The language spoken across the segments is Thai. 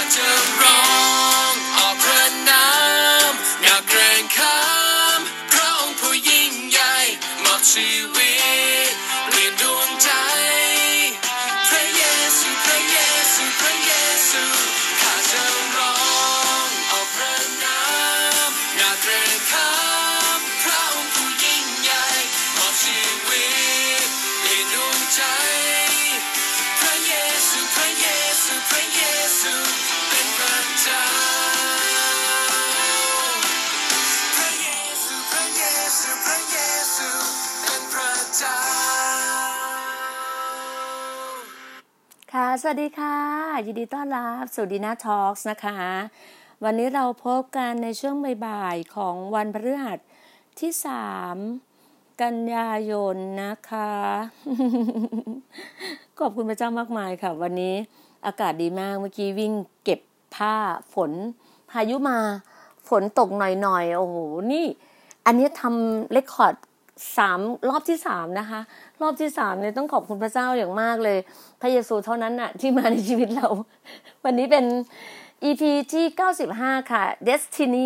จะร้องออกพระนามอยากเกรงขามพระองค์ผู้ยิ่งใหญ่มอบชีวิตเปลี่ยนดวงใจพระเยซูพระเยซูพระเยซูข้าจะร้องออกพระนามอยากเกรงขามพระองค์ผู้ยิ่งใหญ่มอบชีวิตเปลี่ยนดวงใจพระเยซูพระเยซูพระเยซูเป็นพระเจ้าพระเยซูพระเยซูพระเยซูเป็นพระเจ้าค่ะสวัสดีค่ะยินดีต้อนรับสู่ดีน่าทอล์กนะคะวันนี้เราพบกันในช่วงบ่ายๆของวันพฤหัสที่3กันยายนนะคะ ขอบคุณพระเจ้ามากมายค่ะวันนี้อากาศดีมากเมื่อกี้วิ่งเก็บผ้าฝนพายุมาฝนตกหน่อยๆโอ้โหนี่อันนี้ทำเรคคอร์ดรอบที่3นะคะรอบที่3เนี่ยต้องขอบคุณพระเจ้าอย่างมากเลยพระเยซูเท่านั้นน่ะที่มาในชีวิตเราวันนี้เป็น EP ที่95ค่ะ Destiny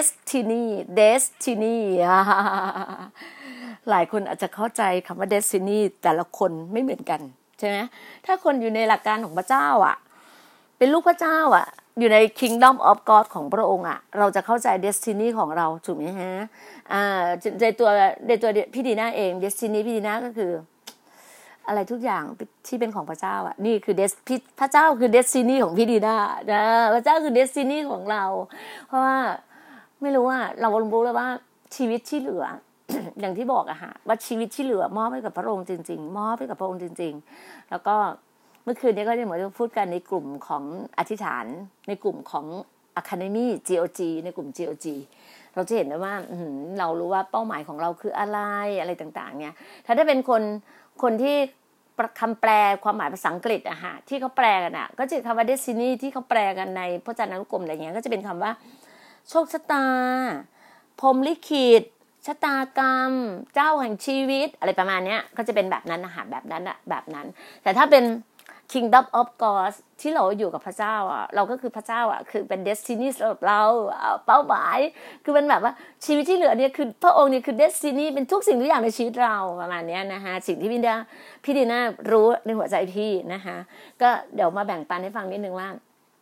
หลายคนอาจจะเข้าใจคำว่า Destiny แต่ละคนไม่เหมือนกันใช่ไหมถ้าคนอยู่ในหลักการของพระเจ้าอ่ะเป็นลูกพระเจ้าอ่ะอยู่ใน Kingdom of God ของพระองค์อ่ะเราจะเข้าใจ Destiny ของเราถูกไหมฮะในตัวพี่ดีน่าเอง Destiny พี่ดีน่าก็คืออะไรทุกอย่างที่เป็นของพระเจ้าอ่ะนี่คือพระเจ้าคือ Destiny ของพี่ดีน่านะพระเจ้าคือ Destiny ของเราเพราะว่าไม่รู้ว่าเรารู้แล้วว่าชีวิตที่เหลือ อย่างที่บอกอะฮะว่าชีวิตที่เหลือมอบให้กับพระองค์จริงๆมอบให้กับพระองค์จริงๆแล้วก็เมื่อคืนนี้ก็ได้เหมือนพูดกันในกลุ่มของอธิษฐานในกลุ่มของ Academy GOG ในกลุ่ม GOG เราจะเห็นได้ว่าเรารู้ว่าเป้าหมายของเราคืออะไรต่างๆเนี่ยถ้าได้เป็นคนที่คำแปลความหมายภาษาอังกฤษอะฮะที่เขาแปลกันอะก็จะคำว่า destiny ที่เขาแปลกันในพจนานุกรมอะไรเงี้ยก็จะเป็นคำว่าโชคชะตาพรหมลิขิตชะตากรรมเจ้าแห่งชีวิตอะไรประมาณเนี้ยก็จะเป็นแบบนั้นนะคะแบบนั้นแต่ถ้าเป็น Kingdom of God ที่เราอยู่กับพระเจ้าอ่ะเราก็คือพระเจ้าอ่ะคือเป็น destiny สำหรับเราเป้าหมายคือเป็นแบบว่าชีวิตที่เหลือเนี่ยคือพระองค์เนี่ยคือ destiny เป็นทุกสิ่งทุกอย่างในชีวิตเราประมาณนี้นะคะสิ่งที่พี่ดีน่ารู้ในหัวใจพี่นะคะก็เดี๋ยวมาแบ่งปันให้ฟังนิดนึงว่า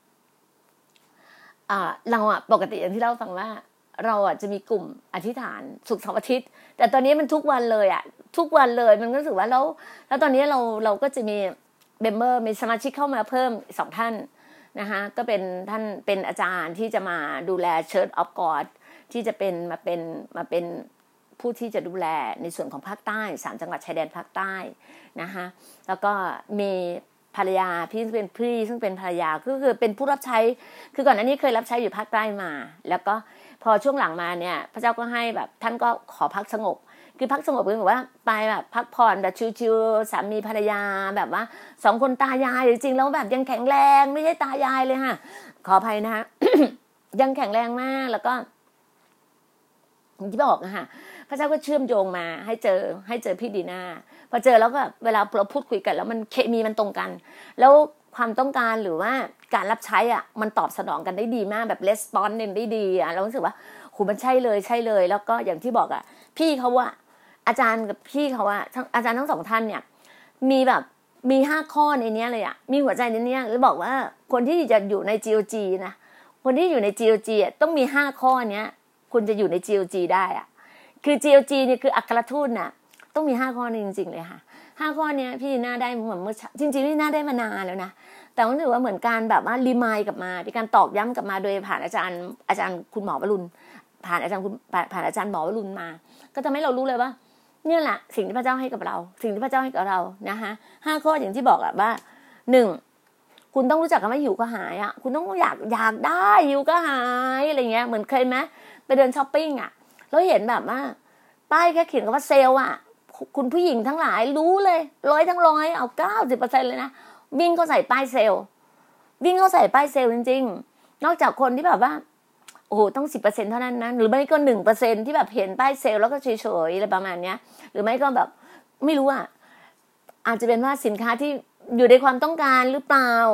เราอ่ะปกติอย่างที่เราฟังว่าเราอ่ะจะมีกลุ่มอธิษฐานศุกร์เสาร์อาทิตย์แต่ตอนนี้มันทุกวันเลยอ่ะทุกวันเลยมันก็รู้สึกว่าแล้วตอนนี้เราก็จะมีเมมเบอร์มีสมาชิกเข้ามาเพิ่ม2ท่านนะคะก็เป็นท่านเป็นอาจารย์ที่จะมาดูแล Church of God ที่จะมาเป็นผู้ที่จะดูแลในส่วนของภาคใต้3จังหวัดชายแดนภาคใต้นะคะแล้วก็มีภรรยาพี่ซึ่งเป็นภรรยาก็คือเป็นผู้รับใช้คือก่อนหน้านี้เคยรับใช้อยู่ภาคใต้มาแล้วก็พอช่วงหลังมาเนี่ยพระเจ้าก็ให้แบบท่านก็ขอพักสงบคือพักสงบคือแบบว่าไปแบบพักผ่อนแบบชิวๆสามีภรรยาแบบว่า2คนตายายจริงๆแล้วแบบยังแข็งแรงไม่ใช่ตายายเลยค่ะขออภัยนะคะ ยังแข็งแรงมากแล้วก็ที่บอกนะคะพระเจ้าก็เชื่อมโยงมาให้เจอพี่ดีน่าพอเจอแล้วก็เวลาเราพูดคุยกันแล้วมันเคมีมันตรงกันแล้วความต้องการหรือว่าการรับใช้อ่ะมันตอบสนองกันได้ดีมากแบบレスปอนส์ได้ดีอ่ะเรารู้สึกว่าโหมันใช่เลยแล้วก็อย่างที่บอกอ่ะพี่เขาว่าอาจารย์กับพี่เขาว่าอาจารย์ทั้ง2ท่านเนี่ยมี5ข้อในนี้เลยอ่ะมีหัวใจในนี้แล้วบอกว่าคนที่จะอยู่ใน GOG นะคนที่อยู่ใน GOG อ่ะต้องมี5ข้อเนี้ยคุณจะอยู่ใน GOG ได้อ่ะคือ GOG เนี่ยคืออัครทูตน่ะต้องมี5ข้อนี้จริงๆเลยค่ะ5ข้อเนี้ยพี่น่าได้เหมือนเมื่อจริงๆนี่น่าได้มานานแล้วนะแต่รู้สึกว่าเหมือนการแบบว่ารีมายกลับมาเป็นการตอกย้ำกลับมาโดยผ่านอาจารย์คุณหมอวรุณผ่านอาจารย์หมอวรุณมาก็ทำให้เรารู้เลยว่าเนี่ยแหละสิ่งที่พระเจ้าให้กับเราสิ่งที่พระเจ้าให้กับเรานะคะ5ข้ออย่างที่บอกอ่ะว่า1คุณต้องรู้จักคำว่าหิวก็หายอ่ะคุณต้องอยากได้หิวก็หายอะไรเงี้ยเหมือนเคยมั้ยไปเดินช้อปปิ้งอ่ะแล้วเห็นแบบว่าป้ายแค่เขียนคำว่าเซลล์อ่ะคุณผู้หญิงทั้งหลายรู้เลย100ทั้ง100เอา 90% เลยนะวิ่งเข้าใส่ป้ายเซลล์จริงๆนอกจากคนที่แบบว่าโอ้โหต้อง 10% เท่านั้นนะหรือไม่ก็ 1% ที่แบบเห็นป้ายเซลล์แล้วก็เฉยๆอะไรประมาณเนี้ยหรือไม่ก็แบบไม่รู้อ่ะอาจจะเป็นว่าสินค้าที่อยู่ในความต้องการหรือเปล่า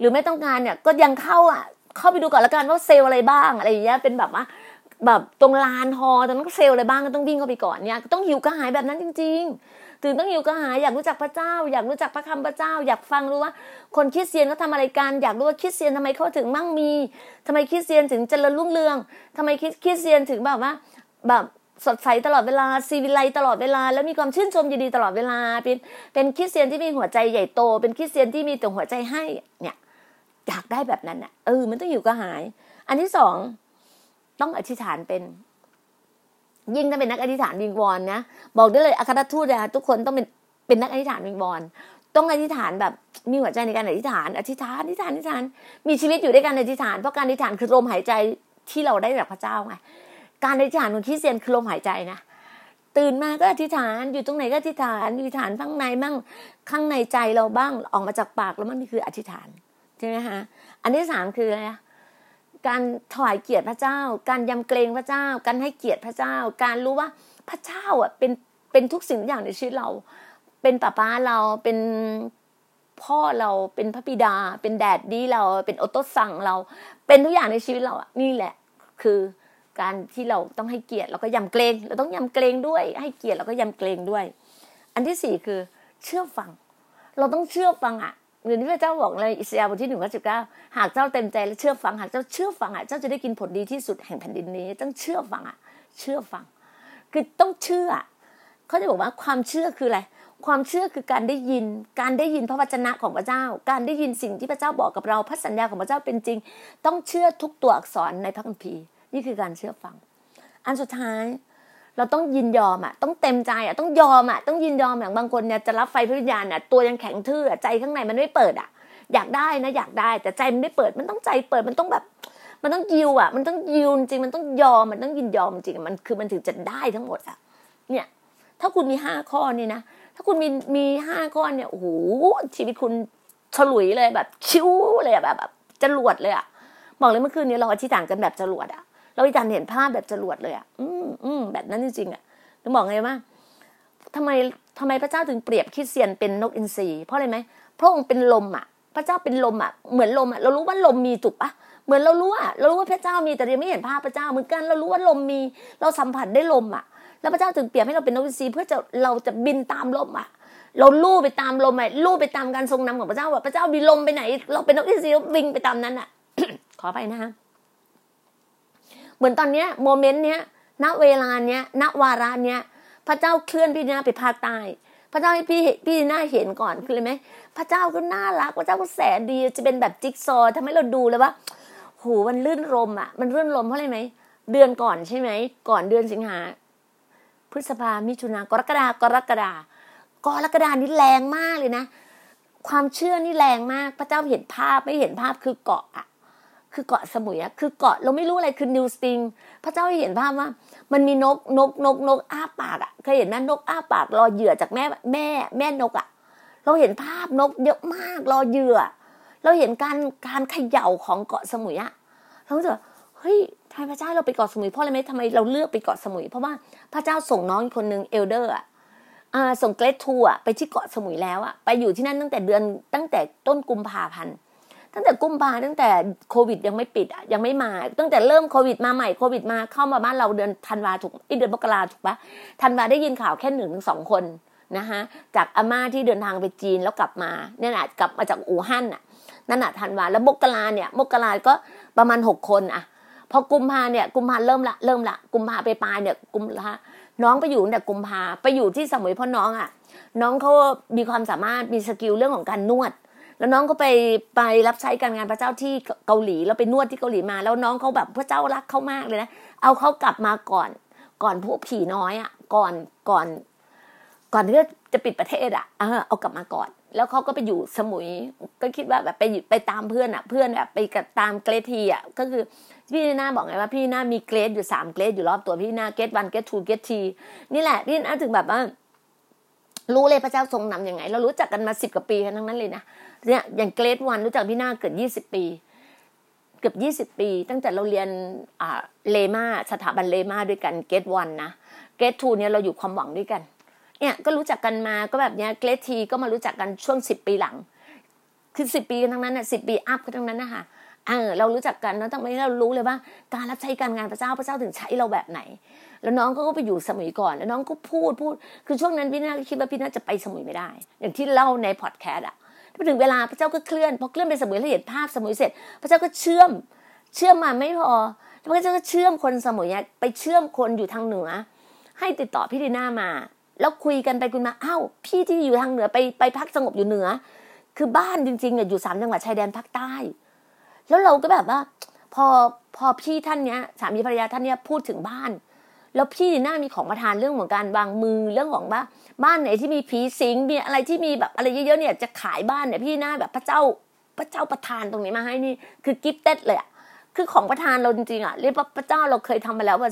รือไม่ต้องการเนี่ยก็ยังเข้าไปดูก่อนละกันว่าเซลล์อะไรบ้างอะไรอย่างเงี้ยเป็นแบบว่าแบบตรงลานฮอตรงนั้นเซลล์อะไรบ้างก็ต้องวิ่งเข้าไปก่อนเนี่ยต้องหิวกระหายแบบนั้นจริงๆถึงต้องหิวกระหายอยากรู้จักพระเจ้าอยากรู้จักพระคำพระเจ้าอยากฟังรู้ว่าคนคริสเตียนเขาทำอะไรกันอยากรู้ว่าคริสเตียนทำไมเขาถึงมั่งมีทำไมคริสเตียนถึงเจริญรุ่งเรืองทำไมคริสเตียนถึงแบบว่าแบบสดใสตลอดเวลาซีวิไลตลอดเวลาแล้วมีความชื่นชมยินดีตลอดเวลาเป็นคริสเตียนที่มีหัวใจใหญ่โตเป็นคริสเตียนที่มีแต่หัวใจให้เนี่ยอยากได้แบบนั้นน่ะมันต้องอยู่กระหายอันที่สองต้องอธิษฐานเป็นยิ่งถ้าเป็นนักอธิษฐานวิงวอนนะบอกได้เลยอัครทูตนะทุกคนต้องเป็นนักอธิษฐานวิงวอนต้องอธิษฐานแบบมีหัวใจในการอธิษฐานมีชีวิตอยู่ด้วยกันอธิษฐานเพราะการอธิษฐานคือลมหายใจที่เราได้จากพระเจ้าไงการอธิษฐานของคริสเตียนคือลมหายใจนะตื่นมาก็อธิษฐานอยู่ตรงไหนก็อธิษฐานข้างในบ้างข้างในใจเราบ้างออกมาจากปากแล้วมันคืออธิษฐานใช่ไหมฮะอันที่สามคืออะไรการถวายเกียรติพระเจ้าการยำเกรงพระเจ้าการให้เกียรติพระเจ้าการรู้ว่าพระเจ้าเป็นทุกสิ่งอย่างในชีวิตเราเป็นป้าเราเป็นพ่อเราเป็นพระบิดาเป็นแดดดี้เราเป็นโอโต้สั่งเราเป็นทุกอย่างในชีวิตเรานี่แหละคือการที่เราต้องให้เกียรติแล้วก็ยำเกรงเราต้องยำเกรงด้วยให้เกียรติแล้วก็ยำเกรงด้วยอันที่สี่คือเชื่อฟังเราต้องเชื่อฟังเหมือนที่พระเจ้าบอกเลยอิสยาห์บทที่1:19หากเจ้าเต็มใจและเชื่อฟังหากเจ้าเชื่อฟังเจ้าจะได้กินผลดีที่สุดแห่งแผ่นดินนี้ต้องเชื่อฟังเชื่อฟังคือต้องเชื่อเขาจะบอกว่าความเชื่อคืออะไรความเชื่อคือการได้ยินพระวจนะของพระเจ้าการได้ยินสิ่งที่พระเจ้าบอกกับเราพระสัญญาของพระเจ้าเป็นจริงต้องเชื่อทุกตัวอักษรในพระคัมภีร์นี่คือการเชื่อฟังอันสุดท้ายเราต้องยินยอมต้องเต็มใจต้องยอมต้องยินยอมอย่างบางคนเนี่ยจะรับไฟพระวิญญาณตัวยังแข็งทื่อใจข้างในมันไม่เปิดอยากได้นะอยากได้แต่ใจมันไม่เปิดมันต้องใจเปิดมันต้องแบบมันต้องยิวมันต้องยิวจริงมันต้องยอมมันต้องยินยอมจริงมันคือมันถึงจะได้ทั้งหมดเนี่ยถ้าคุณมี5ข้อนี่นะถ้าคุณมี5ข้อเนี่ยโอ้โหชีวิตคุณฉลุยเลยแบบชิวเลยแบบจรวดเลยบอกเลยเมื่อคืนนี้เราอธิษฐานกันแบบจรวดเราอธิษฐานเห็นภาพแบบจรวดเลยแบบนั้นจริงๆต้องบอกไงว่าทำไมพระเจ้าถึงเปรียบคริสเตียนเป็นนกอินทรีเพราะอะไรไหมพระองค์เป็นลมพระเจ้าเป็นลมเหมือนลมเรารู้ว่าลมมีถูกปะเหมือนเรารู้ว่าพระเจ้ามีแต่ยังไม่เห็นภาพพระเจ้าเหมือนกันเรารู้ว่าลมมีเราสัมผัสได้ลมแล้วพระเจ้าถึงเปรียบให้เราเป็นนกอินทรีเพื่อเราจะบินตามลมเราลู่ไปตามลมลู่ไปตามการทรงนำของพระเจ้าพระเจ้ามีลมไปไหนเราเป็นนกอินทรีวิ่งไปตามนั้น ขอไปนะคะเหมือนตอนเนี้ยโมเมนต์เนี้ยณเวลาเนี้ยณวาระเนี้ยพระเจ้าเคลื่อนพี่นาไปภาคใต้พระเจ้าให้พี่นาเห็นก่อนคืออะไรไหมพระเจ้าก็น่ารักพระเจ้าก็แสนดีจะเป็นแบบจิ๊กซอว์ทำให้เราดูเลยว่าโหมันลื่นลมมันลื่นลมเพราะอะไรไหมเดือนก่อนใช่ไหมก่อนเดือนสิงหาพฤษภามิถุนากรกฎานี่แรงมากเลยนะความเชื่อนี่แรงมากพระเจ้าเห็นภาพไม่เห็นภาพคือเกาะคือเกาะสมุยคือเกาะเราไม่รู้อะไรคือนิวสติงพระเจ้าให้เห็นภาพว่ามันมีนกอ้าปากเคยเห็นไหมนกอ้าปากรอเหยื่อจากแม่นกเราเห็นภาพนกเยอะมากรอเหยื่อเราเห็นการเขย่าของเกาะสมุยเรารู้สึกเฮ้ยทำไมพระเจ้าเราไปเกาะสมุยเพราะอะไรไหมทำไมเราเลือกไปเกาะสมุยเพราะว่าพระเจ้าส่งน้องอีกคนนึงเอลเดอร์ส่งเกรททูไปที่เกาะสมุยแล้วไปอยู่ที่นั่นตั้งแต่ต้นกุมภาพันธ์ตั้งแต่โควิดยังไม่ปิดยังไม่มาตั้งแต่เริ่มโควิดมาใหม่โควิดมาเข้ามาบ้านเราเดือนธันวาถูกเดือนมกราถูกปะธันวาได้ยินข่าวแค่ 1-2 คนนะคะจากอาม่าที่เดินทางไปจีนแล้วกลับมาเนี่ยกลับมาจากอู่ฮั่นนั่นธันวาแล้วมกราก็ประมาณ6คนพอกุมภาเริ่มละกุมภาไปปลายเนี่ยกุมภาน้องไปอยู่แต่กุมภาไปอยู่ที่สมุยเพราะน้องเขามีความสามารถมีสกิลเรื่องของการนวดแล้วน้องก็ไปรับใช้การงานพระเจ้าที่เกาหลีแล้วไปนวดที่เกาหลีมาแล้วน้องเขาแบบพระเจ้ารักเขามากเลยนะเอาเขากลับมาก่อนพวกผีน้อยก่อนที่จะปิดประเทศเอากลับมาก่อนแล้วเขาก็ไปอยู่สมุยก็คิดว่าแบบไปตามเพื่อนแบบไปตามเกรดทีก็คือพี่นาบอกไงว่าพี่นามีเกรดอยู่3เกรดอยู่รอบตัวพี่นาเกรด1เกรด2เกรด3นี่แหละพี่นาถึงแบบว่ารู้เลยพระเจ้าทรงนำยังไงเรารู้จักกันมา10 กว่าปีทั้งนั้นเลยนะเนี่ยอย่างเกรด1รู้จักพี่นาเกือบ20 ปีตั้งแต่เราเรียนเลม่าสถาบันเลม่าด้วยกันเกรด1นะเกรด2เนี่ยเราอยู่ความหวังด้วยกันเนี่ยก็รู้จักกันมาก็แบบเนี้ยเกรดทีก็มารู้จักกันช่วง10 ปีหลังคือ10 ปีกันทั้งนั้นน่ะ10 ปีอัพกันทั้งนั้นนะคะเรารู้จักกันแล้วทำไมเรารู้เลยว่าการรับใช้การงานพระเจ้าถึงใช้เราแบบไหนแล้วน้องก็ไปอยู่สมุยก่อนแล้วน้องก็พูดคือช่วงนั้นพี่นาคิดว่าพี่นาจะไปสมุยไม่ได้อย่างที่เล่าในพอดแคสต์พอถึงเวลาพระเจ้าก็เคลื่อนพอเคลื่อนไปสมุยแล้วเห็นภาพสมุยเสร็จพระเจ้าก็เชื่อมมาไม่พอพระเจ้าก็เชื่อมคนสมุยไปเชื่อมคนอยู่ทางเหนือให้ติดต่อพี่ดีน่ามาแล้วคุยกันไปคุยมาพี่ที่อยู่ทางเหนือไปพักสงบอยู่เหนือคือบ้านจริงๆอยู่3 จังหวัดชายแดนภาคใต้แล้วเราก็แบบว่าพอพี่ท่านเนี้ยสามีภรรยาท่านเนี้ยพูดถึงบ้านแล้วพี่ดีน่ามีของประทานเรื่องของการวางมือเรื่องของว่าบ้านไหนที่มีผีสิงมีอะไรที่มีแบบอะไรเยอะๆเนี่ยจะขายบ้านเนี่ยพี่ดีน่าแบบพระเจ้าประทานตรงนี้มาให้นี่คือกิฟต์เต็ดเลยคือของประทานเราจริงๆเรียกว่าพระเจ้าเราเคยทำมาแล้วว่า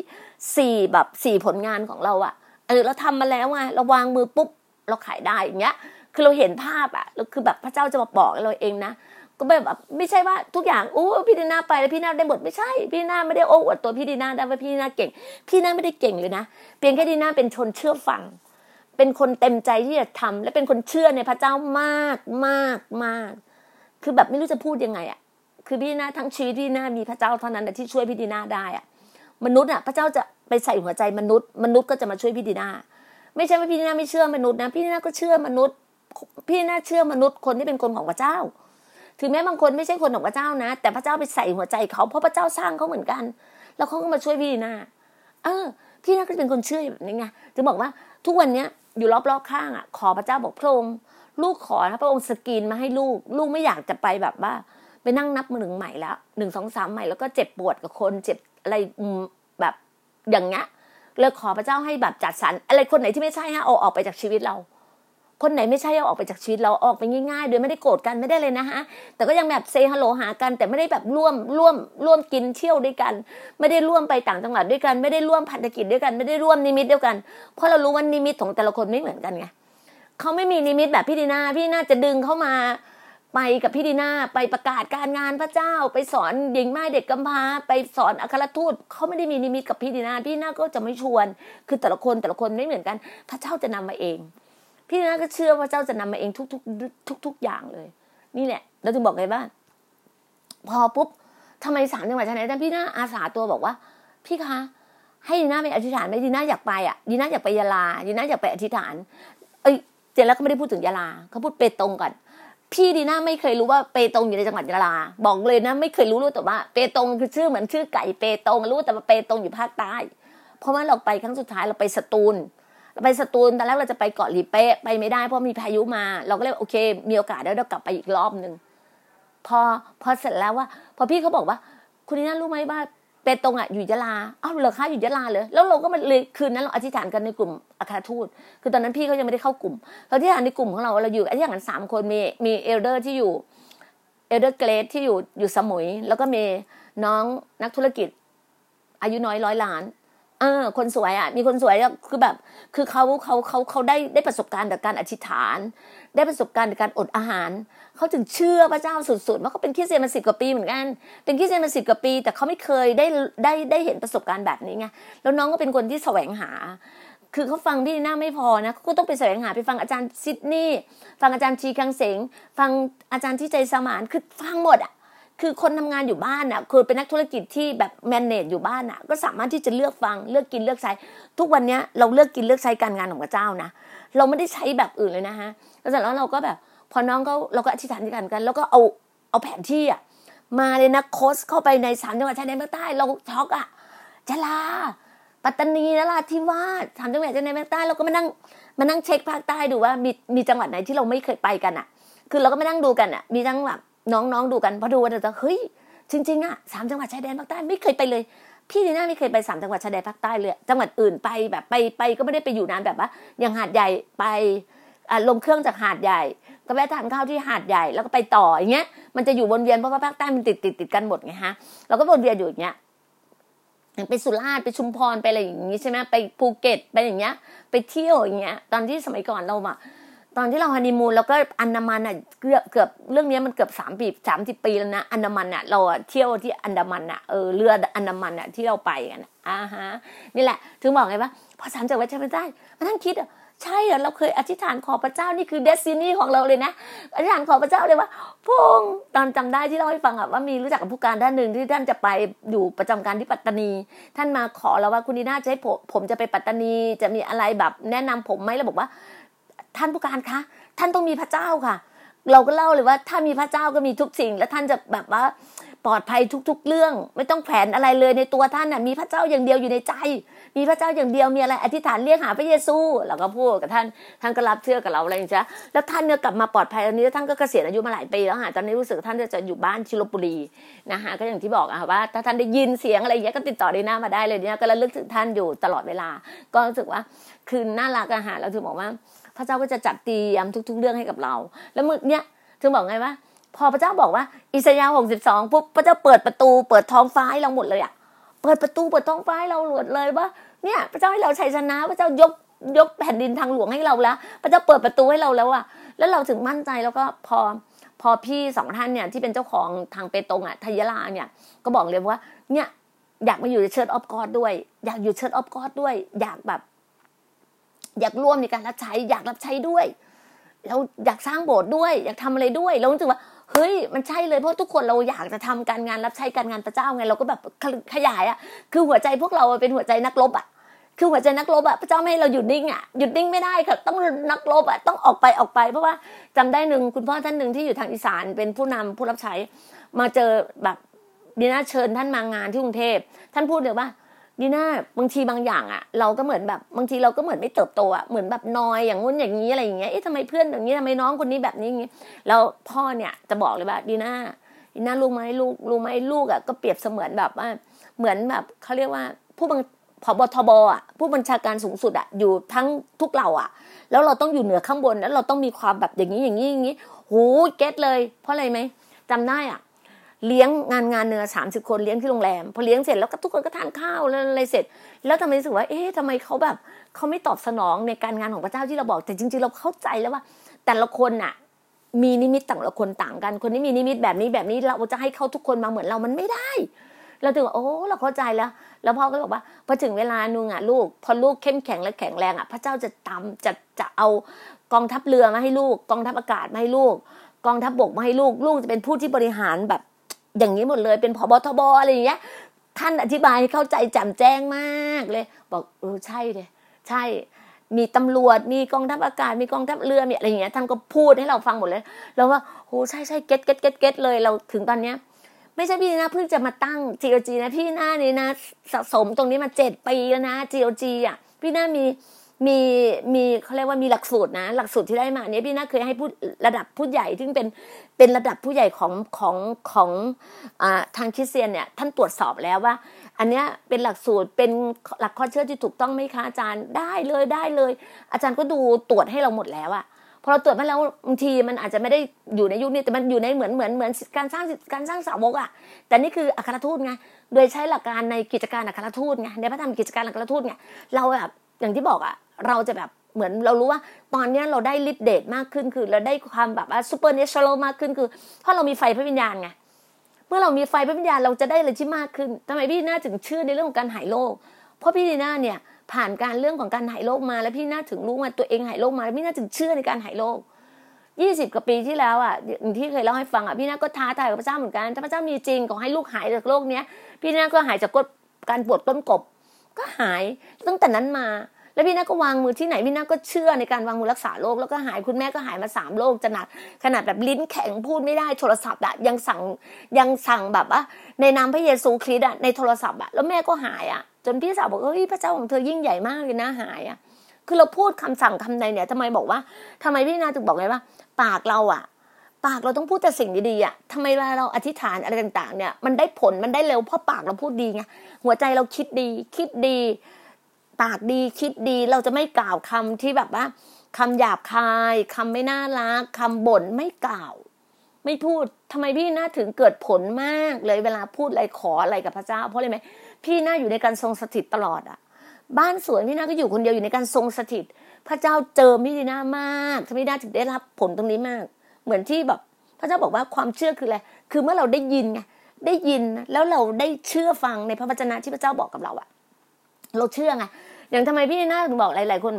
4ผลงานของเราเราทำมาแล้วไงเราวางมือปุ๊บเราขายได้อย่างเงี้ยคือเราเห็นภาพแล้วคือแบบพระเจ้าจะมาบอกเราเองนะก็แบบไม่ใช่ว่าทุกอย่างพี่ดีน่าไปแล้วพี่ดีน่าได้หมดไม่ใช่พี่ดีน่าไม่ได้โอ้อวดตัวพี่ดีน่าได้ว่าพี่ดีน่าเก่งพี่ดีน่าไม่ได้เก่งเลยนะเพียงแค่ดีน่าเป็นชนเชื่อฟังเป็นคนเต็มใจที่จะทำและเป็นคนเชื่อในพระเจ้ามากมากมากคือแบบไม่รู้จะพูดยังไงคือพี่ดีน่าทั้งชีวิตพี่ดีน่ามีพระเจ้าเท่านั้นที่ช่วยพี่ดีน่าได้มนุษย์พระเจ้าจะไปใส่หัวใจมนุษย์ก็จะมาช่วยพี่ดีน่าไม่ใช่ว่าพี่ดีน่าไม่เชื่อมนุษย์นะพี่ดีน่าก็เชื่อมนุษย์พี่ดีน่าเชื่อมนุษย์คนที่เป็นคนของพระเจ้าถึงแม้บางคนไม่ใช่คนของพระเจ้านะแต่พระเจ้าไปใส่หัวใจเขาเพราะพระเจ้าสร้างเขาเหมือนกันแล้วเขาก็มาช่วยพี่ดีน่าพี่ดีน่าก็เป็นคนเชื่อแบบนี้ไงถึงบอกว่าทุกวันนี้อยู่รอบๆข้างขอพระเจ้าบอกพระองค์ลูกขอนะพระองค์สกรีนมาให้ลูกไม่อยากจะไปแบบว่าไปนั่งนับมือ1ใหม่แล้ว1 2 3ใหม่แล้วก็เจ็บปวดกับคนเจ็บอะไรแบบอย่างเงี้ยเลยขอพระเจ้าให้แบบจัดสรรอะไรคนไหนที่ไม่ใช่เอาออกไปจากชีวิตเราคนไหนไม่ใช่เอาออกไปจากชีวิตเราออกไปง่ายๆโดยไม่ได้โกรธกันไม่ได้เลยนะฮะแต่ก็ยังแบบเซฮัลโหลหากันแต่ไม่ได้แบบร่วมกินเที่ยวด้วยกันไม่ได้ร่วมไปต่างจังหวัดด้วยกันไม่ได้ร่วมพันธกิจด้วยกันไม่ได้ร่วมนิมิตเดียวกันเพราะเรารู้ว่านิมิตของแต่ละคนไม่เหมือนกันไงเขาไม่มีนิมิตแบบพี่ดีน่าจะดึงเข้ามาไปกับพี่ดีน่าไปประกาศการงานพระเจ้าไปสอนหญิงม่ายเด็กกำพร้าไปสอนอัครทูตเขาไม่ได้มีนิมิตกับพี่ดีน่าก็จะไม่ชวนคือแต่ละคนไม่เหมือนกันพระเจ้าจะนำมาเองพี่ดีน่าก็เชื่อว่าพระเจ้าจะนำมาเองทุกอย่างเลยนี่แหละเราถึงบอกไงบ้างพอปุ๊บทำไม3 จังหวัดชายแดนพี่ดีน่าอาสาตัวบอกว่าพี่คะให้ดีน่าไปอธิษฐานไหมดีน่าอยากไปดีน่าอยากไปยะลาดีน่าอยากไปอธิษฐานเสร็จแล้วก็ไม่ได้พูดถึงยะลาเขาพูดเปตงก่อนพี่ดีน่าไม่เคยรู้ว่าเปตงอยู่ในจังหวัดยะลาบอกเลยนะไม่เคยรู้แต่ว่าเปตงคือชื่อเหมือนชื่อไก่เปตงรู้แต่ว่าเปตงอยู่ภาคใต้เพราะว่าเราไปครั้งสุดท้ายเราไปสตูลตอนแรกเราจะไปเกาะหลีเป๊ะไปไม่ได้เพราะมีพายุมาเราก็เลยโอเคมีโอกาสแล้วเรากลับไปอีกรอบนึงพอเสร็จแล้วว่าพอพี่เขาบอกว่าคุณดีน่ารู้ไหมว่าเปตงอยู่ยะลาเหรอคะอยู่ยะลาเลยแล้วเราก็มาเลยคืนนั้นเราอธิษฐานกันในกลุ่มอัครทูตคือตอนนั้นพี่เขายังไม่ได้เข้ากลุ่มเราอธิษฐานในกลุ่มของเราอยู่อธิษฐานกัน3 คนมีเอลเดอร์ที่อยู่เอลเดอร์เกรดที่อยู่สมุยแล้วก็มีน้องนักธุรกิจอายุน้อย100 ล้านคนสวยมีคนสวยคือแบบคือเขาได้ประสบการณ์จากการอธิษฐานได้ประสบการณ์จากการอดอาหารเขาถึงเชื่อพระเจ้าสุดๆว่าเขาเป็นคริสเตียนมา10 กว่าปีเหมือนกันเป็นคริสเตียนมา10 กว่าปีแต่เขาไม่เคยได้เห็นประสบการณ์แบบนี้ไงแล้วน้องก็เป็นคนที่แสวงหาคือเขาฟังพี่ดีน่าไม่พอนะเขาก็ต้องไปแสวงหาไปฟังอาจารย์ซิดนีย์ฟังอาจารย์ชีคังเสงฟังอาจารย์ที่ใจสมานคือฟังหมดคือคนทำงานอยู่บ้านคือเป็นนักธุรกิจที่แบบแมเนจอยู่บ้านก็สามารถที่จะเลือกฟังเลือกกินเลือกใช้ทุกวันนี้เราเลือกกินเลือกใช้การงานของพระเจ้านะเราไม่ได้ใช้แบบอื่นเลยนะฮะแล้วเสร็จแล้วเราก็แบบพอน้องเราก็อธิษฐานกันแล้วก็เอาแผนที่มาเลยนะโค้ชเข้าไปใน3 จังหวัดชายแดนภาคใต้เราช็อกยะลาปัตตานีนราธิวาส3 จังหวัดชายแดนภาคใต้เราก็มานั่งเช็คภาคใต้ดูว่ามีจังหวัดไหนที่เราไม่เคยไปกันคือเราก็มานั่งดูกันมีทั้งแบบน้องๆดูกันพอดูว่าจะเฮ้ยจริงๆ3 จังหวัดชายแดนภาคใต้ไม่เคยไปเลยพี่ดีน่าไม่เคยไป3 จังหวัดชายแดนภาคใต้เลยจังหวัดอื่นไปแบบไปก็ไม่ได้ไปอยู่นานแบบว่าอย่างหาดใหญ่ไปลงเครื่องจากหาดใหญ่ก็แวะทานข้าวที่หาดใหญ่แล้วก็ไปต่ออย่างเงี้ยมันจะอยู่วนเวียนเพราะว่าภาคใต้มันติดกันหมดไงฮะเราก็วนเวียนอยู่อย่างเงี้ยไปสุราษฎร์ไปชุมพรไปอะไรอย่างงี้ใช่ไหมไปภูเก็ตไปอย่างเงี้ยไปเที่ยวอย่างเงี้ยตอนที่สมัยก่อนเราตอนที่เราฮันนีมูนแล้วก็อันดามันเกือบเรื่องนี้มันเกือบ30 ปีแล้วนะอันดามันเราเที่ยวที่อันดามันเรืออันดามันที่เราไปกันฮะนี่แหละถึงบอกไงว่าพอ3 จังหวัดชายแดนใต้มานั่งคิดใช่เหรอเราเคยอธิษฐานขอพระเจ้านี่คือเดสตินีของเราเลยนะอธิษฐานขอพระเจ้าเลยว่าพระองค์ตอนจำได้ที่เล่าให้ฟังอะว่ามีรู้จักกับผู้การท่านหนึ่งที่ท่านจะไปอยู่ประจำการที่ปัตตานีท่านมาขอเราว่าคุณดีน่าจะให้ผมจะไปปัตตานีจะมีอะไรแบบแนะนำผมไหมแล้วบอกว่าท่านผู้การคะท่านต้องมีพระเจ้าค่ะเราก็เล่าเลยว่าถ้ามีพระเจ้าก็มีทุกสิ่งและท่านจะแบบว่าปลอดภัยทุกๆเรื่องไม่ต้องแผนอะไรเลยในตัวท่านน่ะมีพระเจ้าอย่างเดียวอยู่ในใจมีพระเจ้าอย่างเดียวมีอะไรอธิษฐานเรียกหาพระเยซูเราก็พูดกับท่านก็รับเชื่อกับเราอะไรอย่างเงี้ยแล้วท่านเนี่ยกลับมาปลอดภัยตอนนี้ท่านก็เกษียณอายุมาหลายปีแล้วค่ะตอนนี้รู้สึกท่านจะอยู่บ้านชิโลปุรีนะคะก็อย่างที่บอกอะว่าถ้าท่านได้ยินเสียงอะไรอย่างเงี้ยก็ติดต่อดีน่ามาได้เลยเนี่ยก็ระลึกถึงท่านอยู่ตลอดเวลาก็รู้สึกว่าคือน่ารักอะค่ะเราถึงบอกว่าพระเจ้าก็จะจัดเตรียมทุกๆเรื่องให้กับเราแล้วเมื่อเนี้ยถึงบอกไงว่าพอพระเจ้าบอกว่าอิสยาห์62ปุ๊บพระเจ้าเปิดประตูเปิดท้องฟ้าให้เราหมดเลยอะเปิดประตูเปิดท้องฟ้าให้เราหมดเลยว่าเนี่ยพระเจ้าให้เราชัยชนะพระเจ้ายกแผ่นดินทางหลวงให้เราแล้วพระเจ้าเปิดประตูให้เราแล้วอะแล้วเราถึงมั่นใจแล้วก็พอพี่สองท่านเนี่ยที่เป็นเจ้าของทางเปตงอะทยลาเนี่ยก็บอกเลยว่าเนี่ยอยากมาอยู่ในเชิร์ชออฟกอดด้วยอยากอยู่เชิร์ชออฟกอดด้วยอยากแบบอยากร่วมในการรับใช้อยากรับใช้ด้วยเราอยากสร้างโบสถ์ด้วยอยากทำอะไรด้วยเรารู้สึกว่าเฮ้ยมันใช่เลยเพราะทุกคนเราอยากจะทำการงานรับใช้การงานพระเจ้าไงเราก็แบบขยายอะคือหัวใจพวกเราเป็นหัวใจนักรบอะคือหัวใจนักรบอะพระเจ้าไม่ให้เราหยุดนิ่งอะหยุดนิ่งไม่ได้ค่ะต้องนักรบอะต้องออกไปเพราะว่าจำได้หนึ่งคุณพ่อท่านหนึ่งที่อยู่ทางอีสานเป็นผู้นำผู้รับใช้มาเจอแบบดีน่าเชิญท่านมางานที่กรุงเทพท่านพูดเลยว่าดีน่าบางทีบางอย่างอ่ะเราก็เหมือนแบบบางทีเราก็เหมือนไม่เติบโตอ่ะเหมือนแบบนอยอย่างงู้นอย่างนี้อะไรอย่างเงี้ยทำไมเพื่อนอย่างนี้ทำไมน้องคนนี้แบบนี้อย่างงี้แล้วพ่อเนี่ยจะบอกเลยว่าดีน่ารู้ไหมลูกอ่ะก็เปรียบเสมือนแบบว่าเหมือนแบบเขาเรียกว่าผู้บังผบทบอ่ะผู้บัญชาการสูงสุดอ่ะอยู่ทั้งทุกเราอ่ะแล้วเราต้องอยู่เหนือข้างบนแล้วเราต้องมีความแบบอย่างนี้โหเก็ตเลยเพราะอะไรไหมจำได้อ่ะเลี้ยงงานเนื้อ30 คนเลี้ยงที่โรงแรมพอเลี้ยงเสร็จแล้วก็ทุกคนก็ทานข้าวแล้วอะไรเสร็จแล้วทำไมรู้สึกว่าทำไมเขาแบบเขาไม่ตอบสนองในการงานของพระเจ้าที่เราบอกแต่จริงๆเราเข้าใจแล้วว่าแต่ละคนน่ะมีนิมิตต่างละคนต่างกันคนนี้มีนิมิตแบบนี้เราจะให้เขาทุกคนมาเหมือนเรามันไม่ได้เราถึงว่าเราเข้าใจแล้วพ่อก็บอกว่าพอถึงเวลานึงอ่ะลูกพอลูกเข้มแข็งและแข็งแรงอ่ะพระเจ้าจะเอากองทัพเรือมาให้ลูกกองทัพอากาศมาให้ลูกกองทัพบกมาให้ลูกจะเป็นผู้ที่บริหารแบบอย่างนี้หมดเลยเป็นผบทบอะไรอย่างเงี้ยท่านอธิบายให้เข้าใจแจ่มแจ้งมากเลยบอกใช่เลยใช่มีตำรวจมีกองทัพอากาศมีกองทัพเรือมีอะไรอย่างเงี้ยท่านก็พูดให้เราฟังหมดเลยแล้วว่าโหใช่เก็ตเลยเราถึงตอนเนี้ยไม่ใช่พี่นะเพิ่งจะมาตั้ง GOG นะพี่หน้านี่นะสะสมตรงนี้มา7 ปีแล้วนะ GOG อ่ะพี่หน้ามีเขาเรียกว่ามีหลักสูตรนะหลักสูตรที่ได้มาเนี้ยพี่น่าเคยให้ผู้ระดับผู้ใหญ่ที่เป็นระดับผู้ใหญ่ของทางคริสเตียนเนี่ยท่านตรวจสอบแล้วว่าอันเนี้ยเป็นหลักสูตรเป็นหลักข้อเชื่อที่ถูกต้องไหมคะอาจารย์ได้เลยอาจารย์ก็ดูตรวจให้เราหมดแล้วอะพอเราตรวจมาแล้วบางทีมันอาจจะไม่ได้อยู่ในยุคนี้แต่มันอยู่ในเหมือนการสร้างสาวกอะแต่นี่คืออัครทูตไงโดยใช้หลักการในกิจการอัครทูตไงในพระธรรมกิจการอัครทูตไงเราแบบอย่างที่บอกอะเราจะแบบเหมือนเรารู้ว่าตอนนี้เราได้ฤทธิ์เดชมากขึ้นคือเราได้ความแบบว่าซูเปอร์เนเชอรัลมากขึ้นคือเพราะเรามีไฟพระวิญญาณไงเมื่อเรามีไฟพระวิญญาณเราจะได้อะไรที่มากขึ้นทำไมพี่น่าถึงเชื่อในเรื่องของการหายโรคเพราะพี่น่าเนี่ยผ่านการเรื่องของการหายโรคมาแล้วพี่น่าถึงรู้ว่าตัวเองหายโรคมาแล้วพี่น่าถึงเชื่อในการหายโรค20 กว่าปีที่แล้วอ่ะอย่างที่เคยเล่าให้ฟังอ่ะพี่น่าก็ท้าทายกับพระเจ้าเหมือนกันถ้าพระเจ้ามีจริงขอให้ลูกหายจากโรคนี้พี่น่าก็หายจากการปวดต้นกบก็หายตั้งแต่นั้นมาแล้วพี่น่าก็วางมือที่ไหนพี่น่าก็เชื่อในการวางมือรักษาโรคแล้วก็หายคุณแม่ก็หายมา3 โรคจะหนักขนาดแบบลิ้นแข็งพูดไม่ได้โทรศัพท์อ่ะยังสั่งแบบว่าในนามพระเยซูคริสต์อ่ะในโทรศัพท์อ่ะแล้วแม่ก็หายอ่ะจนพี่สาวบอกเฮ้ยพระเจ้าของเธอยิ่งใหญ่มากเลยนะหายอ่ะคือเราพูดคำสั่งคำใดเนี่ยทำไมบอกว่าทำไมพี่นาถึงบอกไงว่าปากเราต้องพูดแต่สิ่งดีๆอ่ะทำไมเวลาเราอธิษฐานอะไรต่างๆเนี่ยมันได้ผลมันได้เร็วเพราะปากเราพูดดีไงหัวใจเราคิดดีปากดีคิดดีเราจะไม่กล่าวคำที่แบบว่าคำหยาบคายคำไม่น่ารักคำบ่นไม่กล่าวไม่พูดทำไมพี่น่าถึงเกิดผลมากเลยเวลาพูดอะไรขออะไรกับพระเจ้าเพราะอะไรไหมพี่น่าอยู่ในการทรงสถิตตลอดอ่ะบ้านสวนพี่น่าก็อยู่คนเดียวอยู่ในการทรงสถิตพระเจ้าเจอพี่น่ามากพี่น่าถึงได้รับผลตรงนี้มากเหมือนที่แบบพระเจ้าบอกว่าความเชื่อคืออะไรคือเมื่อเราได้ยินไงได้ยินแล้วเราได้เชื่อฟังในพระวจนะที่พระเจ้าบอกกับเราอะเราเชื่อไงอย่างทำไมพี่น่าถึงบอกหลายๆคนวะ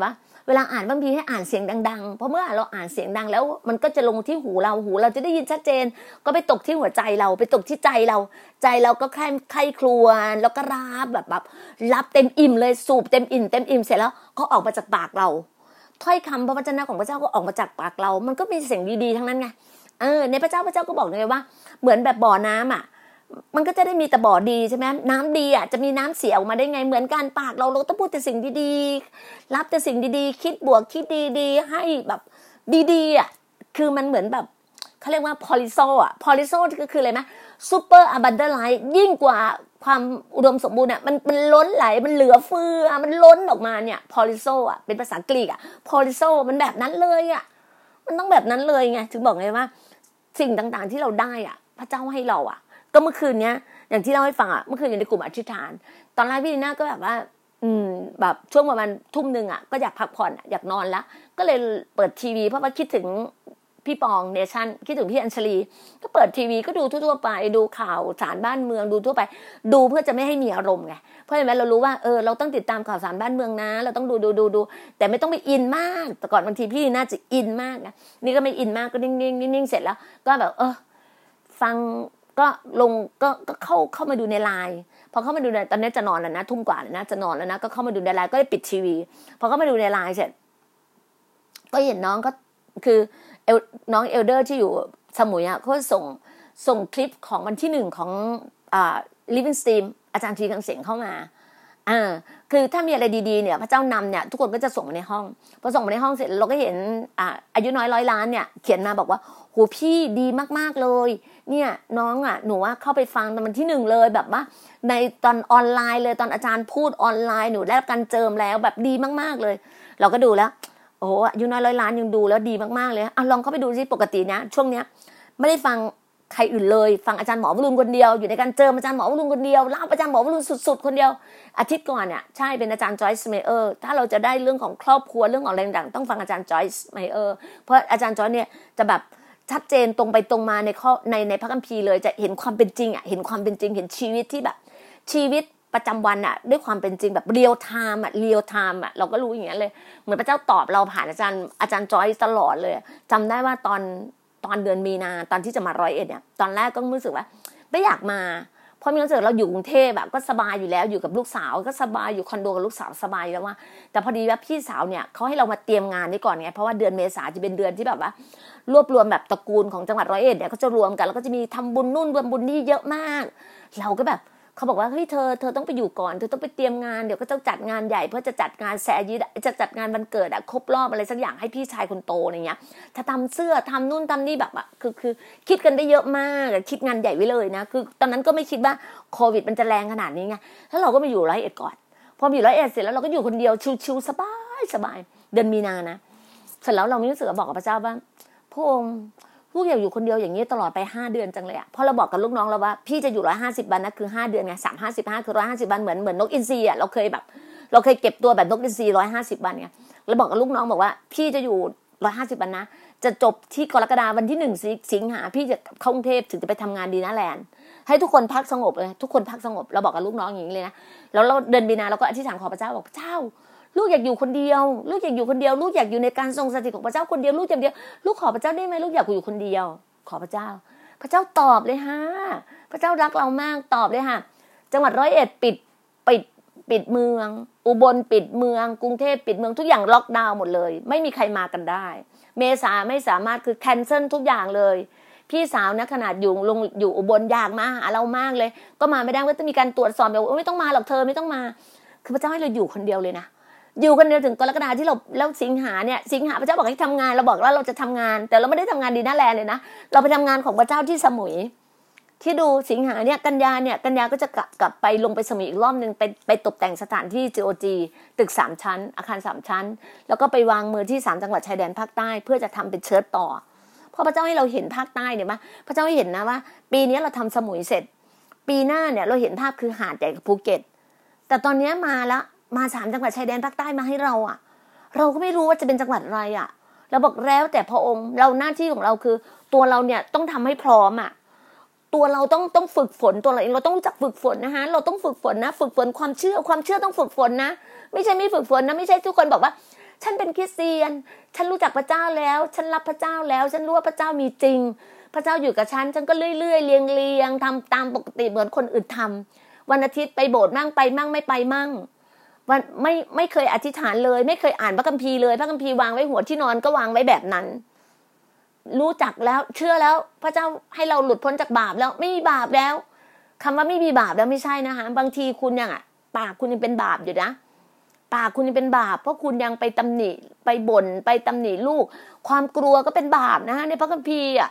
เวลาอ่านบางทีให้อ่านเสียงดังๆเพราะเมื่อเราอ่านเสียงดังแล้วมันก็จะลงที่หูเราจะได้ยินชัดเจนก็ไปตกที่หัวใจเราไปตกที่ใจเราก็ใคร่ครวญแล้วก็รับแบบรับเต็มอิ่มเลยสูบเต็มอิ่มเสร็จแล้วก็ออกมาจากปากเราถ้อยคำพระวจนะของพระเจ้าก็ออกมาจากปากเรามันก็มีเสียงดีๆทั้งนั้นไงในพระเจ้าก็บอกเลยว่าเหมือนแบบบ่อน้ำอ่ะมันก็จะได้มีแต่บ่อดีใช่ไหมน้ำดีอ่ะจะมีน้ำเสียออกมาได้ไงเหมือนกันปากเราต้องพูดแต่สิ่งดีๆรับแต่สิ่งดีๆคิดบวกคิดดีๆให้แบบดีๆอ่ะคือมันเหมือนแบบเขาเรียกว่าพอลิโซก็คืออะไรนะซูเปอร์อะบันเดอร์ไลท์ยิ่งกว่าความอุดมสมบูรณ์อ่ะมันล้นไหลมันเหลือเฟือมันล้นออกมาเนี่ยพอลิโซอ่ะเป็นภาษากรีกอ่ะพอลิโซมันแบบนั้นเลยอ่ะมันต้องแบบนั้นเลยไงถึงบอกไงว่าสิ่งต่างๆที่เราได้อ่ะพระเจ้าให้เราอ่ะก็เมื่อคืนเนี้ยอย่างที่เล่าให้ฟังอ่ะเมื่อคืนอยู่ในกลุ่มอธิษฐานตอนแรกพี่ดีน่าก็แบบว่าแบบช่วงประมาณทุ่มนึงอ่ะก็อยากพักผ่อนอยากนอนแล้วก็เลยเปิดทีวีเพราะว่าคิดถึงพี่ปองเนชั่นคิดถึงพี่อัญชลีก็เปิดทีวีก็ดูทั่วๆไปดูข่าวสารบ้านเมืองดูทั่วไปดูเพื่อจะไม่ให้มีอารมณ์ไงเพราะฉะนั้นเรารู้ว่าเราต้องติดตามข่าวสารบ้านเมืองนะเราต้องดูแต่ไม่ต้องไปอินมากแต่ก่อนบางทีพี่น่าจะอินมากนะนี่ก็ไม่อินมากก็นิ่งเสร็จแล้วก็แบบฟังก็ลงก็เข้ามาดูในไลน์พอเข้ามาดูในตอนนี้จะนอนแล้วนะทุ่มกว่าแล้วนะจะนอนแล้วนะก็เข้ามาดูในไลน์ก็ได้ปิดทีวีพอเข้ามาดูในไลน์เสร็จก็เห็นน้องก็คือน้องเอลเดอร์ที่อยู่สมุยอ่ะเขาส่งคลิปของวันที่1ของLiving Stream อาจารย์ทีกังเสียงเข้ามาคือถ้ามีอะไรดีๆเนี่ยพระเจ้านำเนี่ยทุกคนก็จะส่งมาในห้องพอส่งมาในห้องเสร็จเราก็เห็นอายุน้อย100 ล้านเนี่ยเขียนมาบอกว่าโหพี่ดีมากๆเลยเนี่ยน้องหนูว่าเข้าไปฟังตอนวันที่1เลยแบบว่าในตอนออนไลน์เลยตอนอาจารย์พูดออนไลน์หนูได้รับการเจิมแล้วแบบดีมากๆเลยเราก็ดูแล้วโอ้อายุน้อย100 ล้านยังดูแล้วดีมากๆเลยลองเข้าไปดูสิปกตินะช่วงเนี้ยไม่ได้ฟังใครอื่นเลยฟังอาจารย์หมอวรุณคนเดียวอยู่ในการเจิมอาจารย์หมอวรุณคนเดียวเล่าอาจารย์หมอวรุณสุดๆคนเดียวอาทิตย์ก่อนเนี่ยใช่เป็นอาจารย์จอยส์เมเยอร์ถ้าเราจะได้เรื่องของครอบครัวเรื่องของอะไรต่างๆต้องฟังอาจารย์จอยส์เมเยอร์เพราะอาจารย์จอยเนี่ยจะแบบชัดเจนตรงไปตรงมาในข้อในพระคัมภีร์เลยจะเห็นความเป็นจริงเห็นความเป็นจริงเห็นชีวิตที่แบบชีวิตประจำวันด้วยความเป็นจริงแบบเรียลไทม์เราก็รู้อย่างเงี้ยเลยเหมือนพระเจ้าตอบเราผ่านอาจารย์จอยตลอดเลยจำได้ว่าตอนเดือนมีนาตอนที่จะมา101เนี่ยตอนแรกก็รู้สึกว่าไม่อยากมาเพราะมีรู้สึกเราอยู่กรุงเทพก็สบายอยู่แล้วอยู่กับลูกสาวก็สบายอยู่คอนโดกับลูกสาวสบายแล้วว่าแต่พอดีว่าพี่สาวเนี่ยเขาให้เรามาเตรียมงานนี้ก่อนไงเพราะว่าเดือนเมษาจะเป็นเดือนที่แบบว่ารวบรวมแบบตระกูลของจังหวัด101เนี่ยเขาจะรวมกันแล้วก็จะมีทำบุญนู่นบุญนี่เยอะมากเราก็แบบเขาบอกว่าเฮ้ยเธอต้องไปอยู่ก่อนเธอต้องไปเตรียมงานเดี๋ยวก็ต้องจัดงานใหญ่เพื่อจะจัดงานแสยีจะจัดงานวันเกิดครบรอบอะไรสักอย่างให้พี่ชายคนโตอะไรเงี้ยถ้าทำเสื้อทำนู่นทำนี่แบบคือคิดกันได้เยอะมากคิดงานใหญ่ไว้เลยนะคือตอนนั้นก็ไม่คิดว่าโควิดมันจะแรงขนาดนี้ไงแล้วเราก็มาอยู่101ก่อนพออยู่101เสร็จแล้วเราก็อยู่คนเดียวชิวๆสบายเดือนมีนานะเสร็จแล้วเราไม่รู้สึกบอกกับพระเจ้าว่าพระองค์ลูกอยากอยู่คนเดียวอย่างนี้ตลอดไป5 เดือนจังเลยเพราะเราบอกกับลูกน้องเราว่าพี่จะอยู่150 วันนะคือ5 เดือนไง355คือ150 วันเหมือนนกอินทรีเราเคยเก็บตัวแบบนกอินทรี150 วันไงแล้วบอกกับลูกน้องบอกว่าพี่จะอยู่150 วันนะจะจบที่กรกฎาคมวันที่1 สิงหาพี่จะเข้ากรุงเทพถึงจะไปทำงานดีน่าแลนด์ให้ทุกคนพักสงบเลยทุกคนพักสงบเราบอกกับลูกน้องอย่างนี้เลยนะแล้วเราเดินบีนาเราก็อธิษฐานขอพระเจ้าบอกพระเจ้าลูกอยากอยู่คนเดียวลูกอยากอยู่คนเดียวลูกอยากอยู่ในการทรงสถิตของพระเจ้าคนเดียวลูกอย่างเดียวลูกขอพระเจ้าได้ไหมลูกอยากอยู่คนเดียวขอพระเจ้าตอบเลยฮะพระเจ้ารักเรามากตอบเลยฮะจังหวัด101ปิดเมืองอุบลปิดเมืองกรุงเทพปิดเมืองทุกอย่างล็อกดาวน์หมดเลยไม่มีใครมากันได้เมษาไม่สามารถคือแคนเซิลทุกอย่างเลยพี่สาวนะขนาดอยู่อุบลอยากมาหาเรามากเลยก็มาไม่ได้ว่าต้องมีการตรวจสอบแบบไม่ต้องมาหรอกเธอไม่ต้องมาคือพระเจ้าให้เราอยู่คนเดียวเลยนะอยู่กันเดียวถึงกรกฎาคมที่เราแล้วสิงหาพระเจ้าบอกให้ทำงานเราบอกว่าเราจะทำงานแต่เราไม่ได้ทำงานดีน่าแลนด์เลยนะเราไปทำงานของพระเจ้าที่สมุยที่ดูสิงหากันยาก็จะกลับไปลงไปสมุยอีกรอบนึงไปตกแต่งสถานที่ GOG ตึก3 ชั้นอาคาร3 ชั้นแล้วก็ไปวางมือที่3 จังหวัดชายแดนภาคใต้เพื่อจะทำเป็นเชิร์ตต่อเพราะพระเจ้าให้เราเห็นภาคใต้เนี่ยมั้ยพระเจ้าให้เห็นนะว่าปีนี้เราทำสมุยเสร็จปีหน้าเนี่ยเราเห็นภาพคือหาดใหญ่กับภูเก็ตแต่ตอนนี้มา3 จังหวัดชายแดนภาคใต้มาให้เราเราก็ไม่รู้ว่าจะเป็นจังหวัดอะไรเราบอกแล้วแต่พระองค์เราหน้าที่ของเราคือตัวเราเนี่ยต้องทำให้พร้อมตัวเราต้องฝึกฝนตัวเราเองเราต้องรู้จักฝึกฝนนะฮะเราต้องฝึกฝนนะฝึกฝนความเชื่อต้องฝึกฝนนะไม่ใช่ไม่ฝึกฝนนะไม่ใช่ทุกคนบอกว่าฉันเป็นคริสเตียนฉันรู้จักพระเจ้าแล้วฉันรับพระเจ้าแล้วฉันรู้ว่าพระเจ้ามีจริงพระเจ้าอยู่กับฉันก็เรื่อยๆเรียงทำตามปกติเหมือนคนอื่นทำวันอาทิตย์ไปโบสถ์มั่งไปมั่งไม่ไปมั่งวันไม่เคยอธิษฐานเลยไม่เคยอ่านพระคัมภีร์เลยพระคัมภีร์วางไว้หัวที่นอนก็วางไว้แบบนั้นรู้จักแล้วเชื่อแล้วพระเจ้าให้เราหลุดพ้นจากบาปแล้วไม่มีบาปแล้วคำว่าไม่มีบาปแล้วไม่ใช่นะคะบางทีคุณยังปากคุณยังเป็นบาปอยู่นะปากคุณยังเป็นบาปเพราะคุณยังไปตำหนิไปบ่นไปตำหนิลูกความกลัวก็เป็นบาปนะในพระคัมภีร์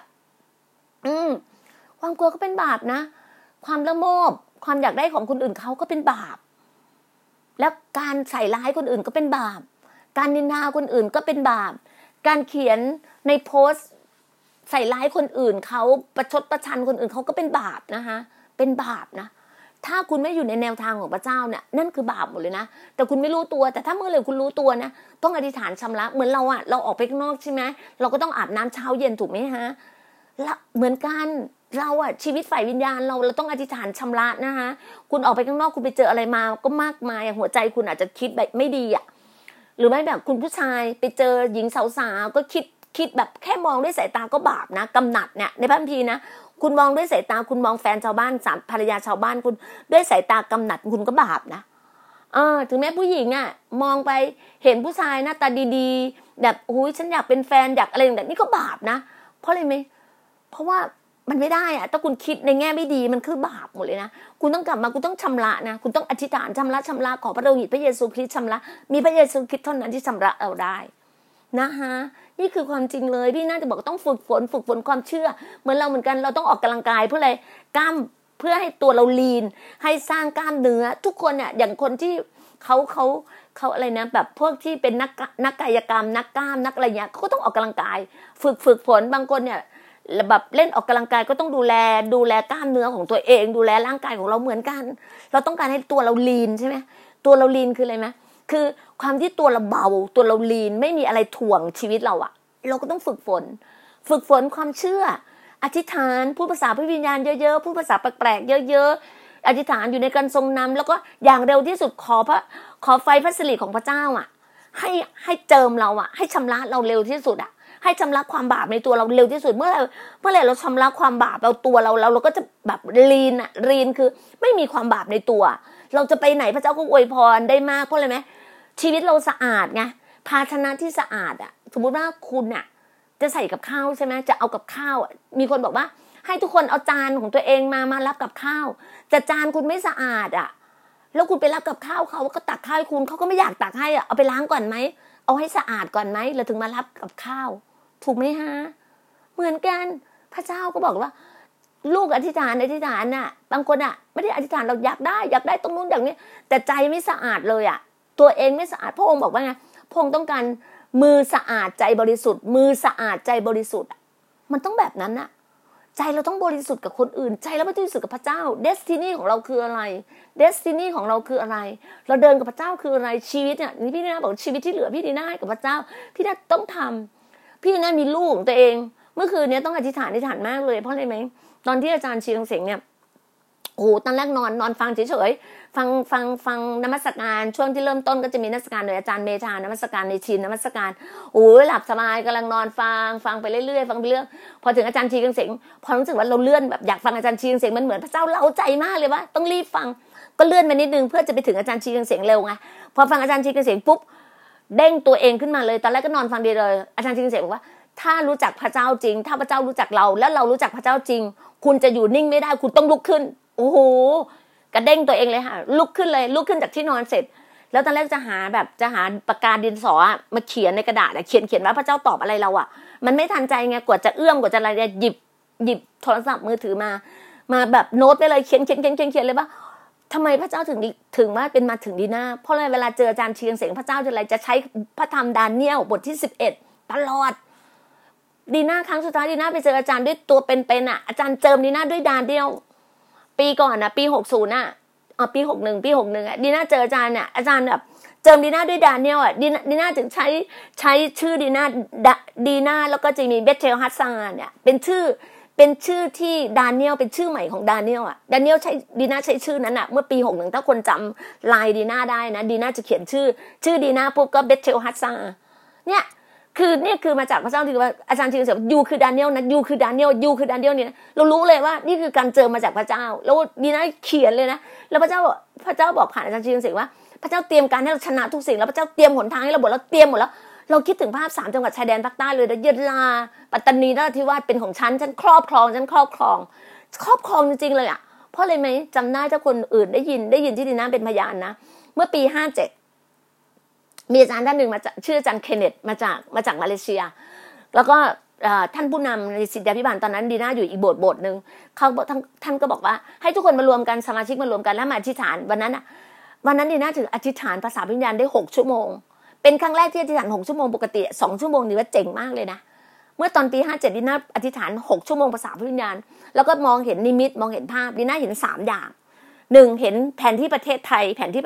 ความกลัวก็เป็นบาปนะความละโมบความอยากได้ของคนอื่นเขาก็เป็นบาปแล้วการใส่ร้ายคนอื่นก็เป็นบาปการนินทาคนอื่นก็เป็นบาปการเขียนในโพสต์ใส่ร้ายคนอื่นเขาประชดประชันคนอื่นเขาก็เป็นบาปนะคะเป็นบาปนะถ้าคุณไม่อยู่ในแนวทางของพระเจ้าเนี่ยนั่นคือบาปหมดเลยนะแต่คุณไม่รู้ตัวแต่ถ้าเมื่อไหร่คุณรู้ตัวนะต้องอธิษฐานชำระเหมือนเราเราออกไปข้างนอกใช่ไหมเราก็ต้องอาบน้ำเช้าเย็นถูกไหมฮะเหมือนกันเราชีวิตฝ่ายวิญญาณเราต้องอธิษฐานชำระนะคะคุณออกไปข้างนอกคุณไปเจออะไรมาก็มากมายหัวใจคุณอาจจะคิดแบบไม่ดีหรือไม่แบบคุณผู้ชายไปเจอหญิงสาวๆก็คิดแบบแค่มองด้วยสายตาก็บาปนะกำหนัดเนี่ยในพระคัมภีร์นะคุณมองด้วยสายตาคุณมองแฟนชาวบ้านภรรยาชาวบ้านคุณด้วยสายตากำหนัดคุณก็บาปนะถึงแม้ผู้หญิงมองไปเห็นผู้ชายหน้าตาดีๆแบบโอ้ยฉันอยากเป็นแฟนอยากอะไรอย่างนี้ก็บาปนะเพราะอะไรไหมเพราะว่ามันไม่ได้ถ้าคุณคิดในแง่ไม่ดีมันคือบาปหมดเลยนะคุณต้องกลับมาคุณต้องชำระนะคุณต้องอธิษฐานชำระขอพระโลหิตพระเยซูคริสต์ชำระมีพระเยซูคริสต์เท่านั้นที่ชำระเราได้นะคะนี่คือความจริงเลยพี่น่าจะบอกต้องฝึกฝนความเชื่อเหมือนเราเหมือนกันเราต้องออกกำลังกายเพื่ออะไรกล้ามเพื่อให้ตัวเราลีนให้สร้างกล้ามเนื้อทุกคนเนี่ยอย่างคนที่เขาอะไรนะแบบพวกที่เป็นนักกายกรรมนักกล้ามนักอะไรเงี้ยเขาก็ต้องออกกำลังกายฝึกฝนบางคนเนี่ยแบบเล่นออกกำลังกายก็ต้องดูแลกล้ามเนื้อของตัวเองดูแลร่างกายของเราเหมือนกันเราต้องการให้ตัวเราลีนใช่ไหมตัวเราลีนคืออะไรไหมคือความที่ตัวเราเบาตัวเราลีนไม่มีอะไรถ่วงชีวิตเราเราก็ต้องฝึกฝนความเชื่ออธิษฐานพูดภาษาพระวิญญาณเยอะๆพูดภาษาแปลกๆเยอะๆอธิษฐานอยู่ในการทรงนำแล้วก็อย่างเร็วที่สุดขอไฟพระสิริของพระเจ้าให้เจิมเราให้ชำระเราเร็วที่สุดให้ชำระความบาปในตัวเราเร็วที่สุดเมื่อไหร่เราชำระความบาปเราตัวเราก็จะแบบลีนคือไม่มีความบาปในตัวเราจะไปไหนพระเจ้าก็อวยพรได้มากเพราะอะไรไหมชีวิตเราสะอาดไงภาชนะที่สะอาดสมมุติว่าคุณจะใส่กับข้าวใช่ไหมจะเอากับข้าวมีคนบอกว่าให้ทุกคนเอาจานของตัวเองมารับกับข้าวแต่จานคุณไม่สะอาดแล้วคุณไปรับกับข้าวเขาก็ตักข้าวให้คุณเขาก็ไม่อยากตักให้เอาไปล้างก่อนไหมเอาให้สะอาดก่อนไหมแล้วถึงมารับกับข้าวถูกไหมฮะเหมือนกันพระเจ้าก็บอกว่าลูกอธิษฐานบางคนไม่ได้อธิษฐานเราอยากได้ตรงนู้นอย่างนี้แต่ใจไม่สะอาดเลยตัวเองไม่สะอาดพระองค์บอกว่าไงพระองค์ต้องการมือสะอาดใจบริสุทธิ์มือสะอาดใจบริสุทธิ์มันต้องแบบนั้นใจเราต้องบริสุทธิ์กับคนอื่นใจเราไม่ต้องบริสุทธิ์กับพระเจ้าเดสตินีของเราคืออะไรเดสตินีของเราคืออะไรเราเดินกับพระเจ้าคืออะไรชีวิตเนี่ยนี่พี่ดีน่าบอกชีวิตที่เหลือพี่ดีน่าให้กับพระเจ้าพี่ดีน่าต้องทำพี่ดีน่ามีลูกของตัวเองเมื่อคืนนี้ต้องอธิษฐานมากเลยเพราะอะไรไหมตอนที่อาจารย์ชีรังเสงเนี่ยโอ้ตอนแรกนอนฟังเฉยๆฟังนมัสการช่วงที่เริ่มต้นก็จะมีนมัสการโดยอาจารย์เมธานมัสการในชีนมัสการโอ้หลับสบายกำลังนอนฟังไปเรื่อยๆฟังไปเรื่อยพอถึงอาจารย์ชีรังเสงพอรู้สึกว่าเราเลื่อนแบบอยากฟังอาจารย์ชีรังเสงมันเหมือนพระเจ้าเร้าใจมากเลยว่าต้องรีบฟังก็เลื่อนมานิดนึงเพื่อจะไปถึงอาจารย์ชีรังเสงเร็วไงพอฟังอาจารย์ชีรังเสงปุ๊บเด้งตัวเองขึ้นมาเลยตอนแรกก็นอนฟังดีเลยอาจารย์ชีรังเสงบอกว่าถ้ารู้จักพระเจ้าจริงถ้าพระเจ้ารู้จักเราแล้วเรารู้จักพระเจ้าจริงคุณจะอยู่นิ่งไม่ได้คุณต้องลุกขึ้นโอ้โหกระเด้งตัวเองเลยค่ะลุกขึ้นจากที่นอนเสร็จแล้วตอนแรกจะหาปากกาดินสอมาเขียนในกระดาษเขียนว่าพระเจ้าตอบอะไรเรามันไม่ทันใจไงกว่าจะเอื้อมกว่าจะอะไรหยิบโทรศัพท์มือถือมาแบบโน้ตไปเลยเขียนเลยว่าทำไมพระเจ้าถึงว่าเป็นมาถึงดีน่าเพราะอะไรเวลาเจออาจารย์ชีรังเสงพระเจ้าจะอะไรจะใช้พระธรรมดาเนียลบทที่11ตลอดดีน่าครั้งสุดท้ายดีน่าไปเจออาจารย์ด้วยตัวเป็นอาจารย์เจิมดีน่าด้วยดาเนียลปีก่อนปี60ปี61ดีน่าเจออาจารย์อาจารย์แบบเจิมดีน่าด้วยดาเนียลดีน่าถึงใช้ชื่อดีน่าแล้วก็จะมีเบธเทลฮัสซานเป็นชื่อเป็นชื่อที่ดาเนียลเป็นชื่อใหม่ของดาเนียลอ่ะดาเนียลใช้ดีน่าใช้ชื่อนั้นอ่ะเมื่อปี61ถ้าคนจำไลน์ดีน่าได้นะดีน่าจะเขียนชื่อดีน่าปุ๊บก็เบธเทลฮัสซาเนี่ยคือมาจากพระเจ้าที่ว่าอาจารย์ชื่อเสียยูคือดาเนียลนะยูคือดาเนียลยูคือดาเนียลเนี่ยเรารู้เลยว่านี่คือการเจอมาจากพระเจ้าแล้วดีน่าเขียนเลยนะแล้วพระเจ้าบอกผ่านอาจารย์ชื่อเสียว่าพระเจ้าเตรียมการให้เราชนะทุกสิ่งแล้วพระเจ้าเตรียมหนทางให้เราหมดแล้วเตรียมหมดแล้วเราคิดถึงภาพ3จังหวัดชายแดนภาคใต้เลยนะยะลาปัตตานีนราธิวาสเป็นของฉันครอบครองจริงๆเลยอ่ะเพราะอะไรไหมจำได้ถ้าคนอื่นได้ยินที่ดีน่าเป็นพยานนะเมื่อปี57มีอาจารย์ท่านหนึ่งมาจากชื่ออาจารย์เคนเนตมาจากมาเลเซียแล้วก็ท่านผู้นำในศิษยาภิบาลตอนนั้นดีน่าอยู่อีกโบสถ์นึงท่านก็บอกว่าให้ทุกคนมารวมกันสมาชิกมารวมกันแล้วมาอธิษฐานวันนั้นดีน่าถึงอธิษฐานภาษาวิญญาณได้6ชั่วโมงเป็นครั้งแรกที่อธิษฐาน6ชั่วโมงปกติ2ชั่วโมงนี่ว่าเจ๋งมากเลยนะเมื่อตอนปี57ดีน่าอธิษฐาน6ชั่วโมงภาษาวิญญาณแล้วก็มองเห็นนิมิตมองเห็นภาพดีน่าเห็น3อย่าง1เห็นแผนที่ประเทศไทย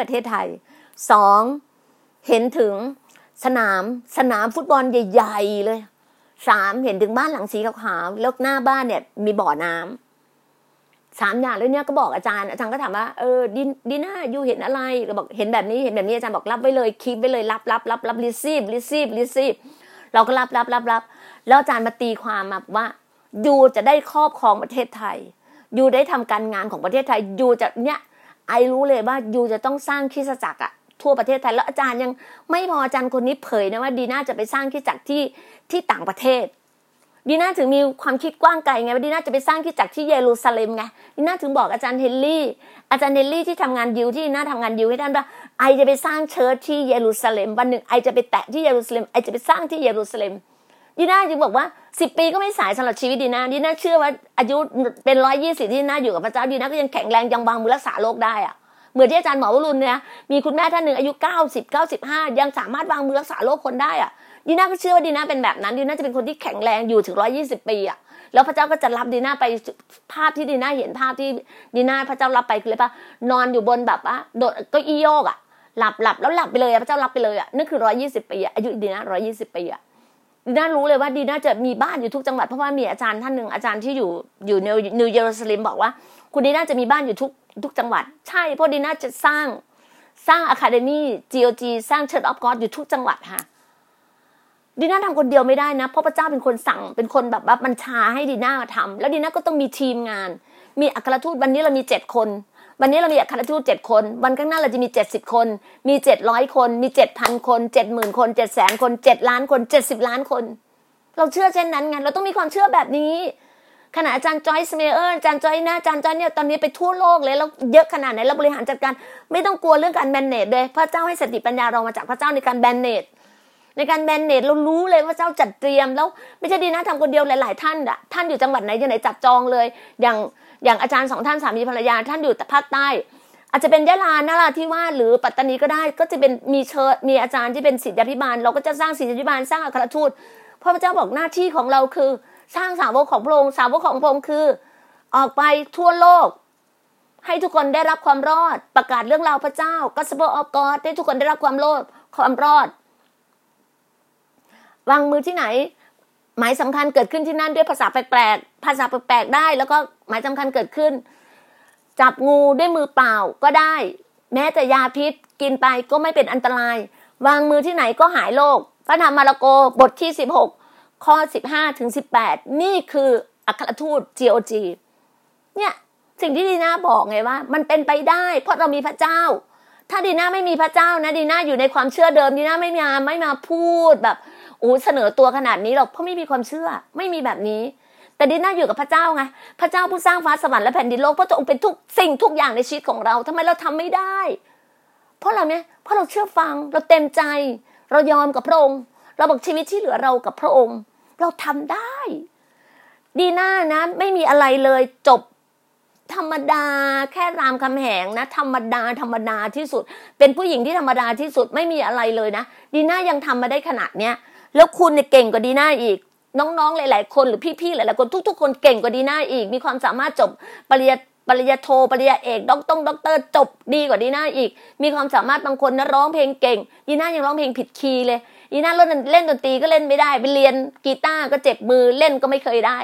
2เห็นถึงสนามฟุตบอลใหญ่ๆเลย3เห็นถึงบ้านหลังสีขาวๆแล้วหน้าบ้านเนี่ยมีบ่อน้ำ3อย่างแล้วเนี่ยก็บอกอาจารย์ก็ถามว่าดีน่าอยู่เห็นอะไรก็บอกเห็นแบบนี้อาจารย์บอกรับไว้เลยคีปไว้เลยรับรีซีฟเราก็รับแล้วอาจารย์มาตีความมาว่ายูจะได้ครอบครองประเทศไทยยูได้ทำการงานของประเทศไทยยูจะเนี่ยไอรู้เลยว่ายูจะต้องสร้างคริสตจักรอะทั่วประเทศไทยแล้วอาจารย์ยังไม่พออาจารย์คนนี้เผยนะว่าดีน่าจะไปสร้างคริสตจักรที่ต่างประเทศดีน่าถึงมีความคิดกว้างไกลไงว่าดีน่าจะไปสร้างคริสตจักรที่เยรูซาเล็มไงดีน่าถึงบอกอาจารย์เฮนรี่ที่ทำงานยิวที่ดีน่าทำงานยิวให้ท่านว่าไอจะไปสร้างเชิร์ชที่เยรูซาเล็มวันหนึ่งไอจะไปแตะที่เยรูซาเล็มไอจะไปสร้างที่เยรูซาเล็มดีน่าจึงบอกว่า10ปีก็ไม่สายสำหรับชีวิตดีน่าเชื่อว่าอายุเป็น120ที่ดีน่าอยู่กับพระเจ้าดีน่าก็ยังแข็งแรงยังวางมือรักษาโรคได้อะเหมือนที่อาจารย์หมอวรุณเนี่ยมีคุณแม่ท่านหนึ่งอายุ90-95ยังสามารถวางมือรักษาโรคคนได้อ่ะดีน่าก็เชื่อว่าดีน่าเป็นแบบนั้นดีน่าจะเป็นคนที่แข็งแรงอยู่ถึง120ปีอ่ะแล้วพระเจ้าก็จะรับดีน่าไปภาพที่ดีน่าเห็นภาพที่ดีน่าพระเจ้ารับไปคืออะไรป่ะนอนอยู่บนแบบว่าโดดเก้าอี้โยกอ่ะหลับแล้วหลับไปเลยพระเจ้ารับไปเลยอ่ะนั่นคือ120ปีอายุดีน่า120ปีอ่ะดีน่ารู้เลยว่าดีน่าจะมีบ้านอยู่ทุกจังหวัดเพราะว่ามีอาจารย์ท่านหนึ่งอาจารย์ที่อยู่นิวเยรูซาเล็มบอกว่าคุณดีน่าจะมีบ้านอยู่ทุกจังหวัดใช่เพราะดีน่าจะสร้างอะคาเดมี่ GOG สร้าง Church of God อยู่ทุกจังหวัดค่ะดีน่าทำคนเดียวไม่ได้นะเพราะพระเจ้าเป็นคนสั่งเป็นคนแบบว่าบัญชาให้ดีน่าทำแล้วดีน่าก็ต้องมีทีมงานมีอัครทูตวันนี้เรามี7คนวันนี้เรามีอัครทูต7คนวันข้างหน้าเราจะมี70คนมี700คนมี 7,000 คน 70,000 คน700,000 คน7ล้านคน70ล้านคนเราเชื่อเช่นนั้นไงเราต้องมีความเชื่อแบบนี้ขณะอาจารย์จอยส์เมเออร์อาจารย์จอยนะอาจารย์จอยเนี่ยตอนนี้ไปทั่วโลกเลยแล้วเยอะขนาดไหนแล้วบริหารจัดการไม่ต้องกลัวเรื่องการแมเนจเลยพระเจ้าให้สติปัญญาเรามาจากพระเจ้าในการแมเนจเรารู้เลยว่าเจ้าจัดเตรียมแล้วไม่ใช่ดีนะทำคนเดียวหลายๆท่านอยู่จังหวัดไหนจับจองเลยอย่างอาจารย์2ท่านสามีภรรยาท่านอยู่แต่ภาคใต้อาจจะเป็นยะลานราธิวาสหรือปัตตานีก็ได้ก็จะเป็นมีอาจารย์ที่เป็นศิษยาภิบาลเราก็จะสร้างศิษยาภิบาลสร้างอัครทูตเพราะพระเจ้าบอกหน้าที่ของเราคือสร้างสาวกของพระองค์สาวกของพระองค์คือออกไปทั่วโลกให้ทุกคนได้รับความรอดประกาศเรื่องราวพระเจ้า Gospel of God ให้ทุกคนได้รับความรอดวางมือที่ไหนหมายสำคัญเกิดขึ้นที่นั่นด้วยภาษาแปลกได้แล้วก็หมายสำคัญเกิดขึ้นจับงูด้วยมือเปล่าก็ได้แม้แต่ยาพิษกินไปก็ไม่เป็นอันตรายวางมือที่ไหนก็หายโรคพระธรรมมาระโกบทที่16ข้อ15ถึง18นี่คืออัครทูต GOG เนี่ยสิ่งที่ดีน่าบอกไงว่ามันเป็นไปได้เพราะเรามีพระเจ้าถ้าดีน่าไม่มีพระเจ้านะดีน่าอยู่ในความเชื่อเดิมดีน่าไม่มาพูดแบบเสนอตัวขนาดนี้หรอกเพราะไม่มีความเชื่อไม่มีแบบนี้แต่ดีน่าอยู่กับพระเจ้าไงพระเจ้าผู้สร้างฟ้าสวรรค์และแผ่นดินโลกพระองค์เป็นทุกสิ่งทุกอย่างในชีวิตของเราทำไมเราทำไม่ได้เพราะเราเชื่อฟังเราเต็มใจเรายอมกับพระองค์เราบอกชีวิตที่เหลือเรากับพระองค์เราทำได้ดีน่านะไม่มีอะไรเลยจบธรรมดาแค่รามคำแหงนะธรรมดาที่สุดเป็นผู้หญิงที่ธรรมดาที่สุดไม่มีอะไรเลยนะดีน่ายังทำมาได้ขนาดเนี้ยแล้วคุณเนี่ยเก่งกว่าดีน่าอีกน้องๆหลายๆคนหรือพี่ๆหลายๆคนทุกๆคนเก่งกว่าดีน่าอีกมีความสามารถจบปริญญาโทปริญญาเอกด็อกเตอร์จบดีกว่าดีน่าอีกมีความสามารถบางคนนะร้องเพลงเก่งดีน่ายังร้องเพลงผิดคีย์เลยดีน่าเล่นดนตรีก็เล่นไม่ได้ไปเรียนกีตาร์ก็เจ็บมือเล่นก็ไม่เคยได้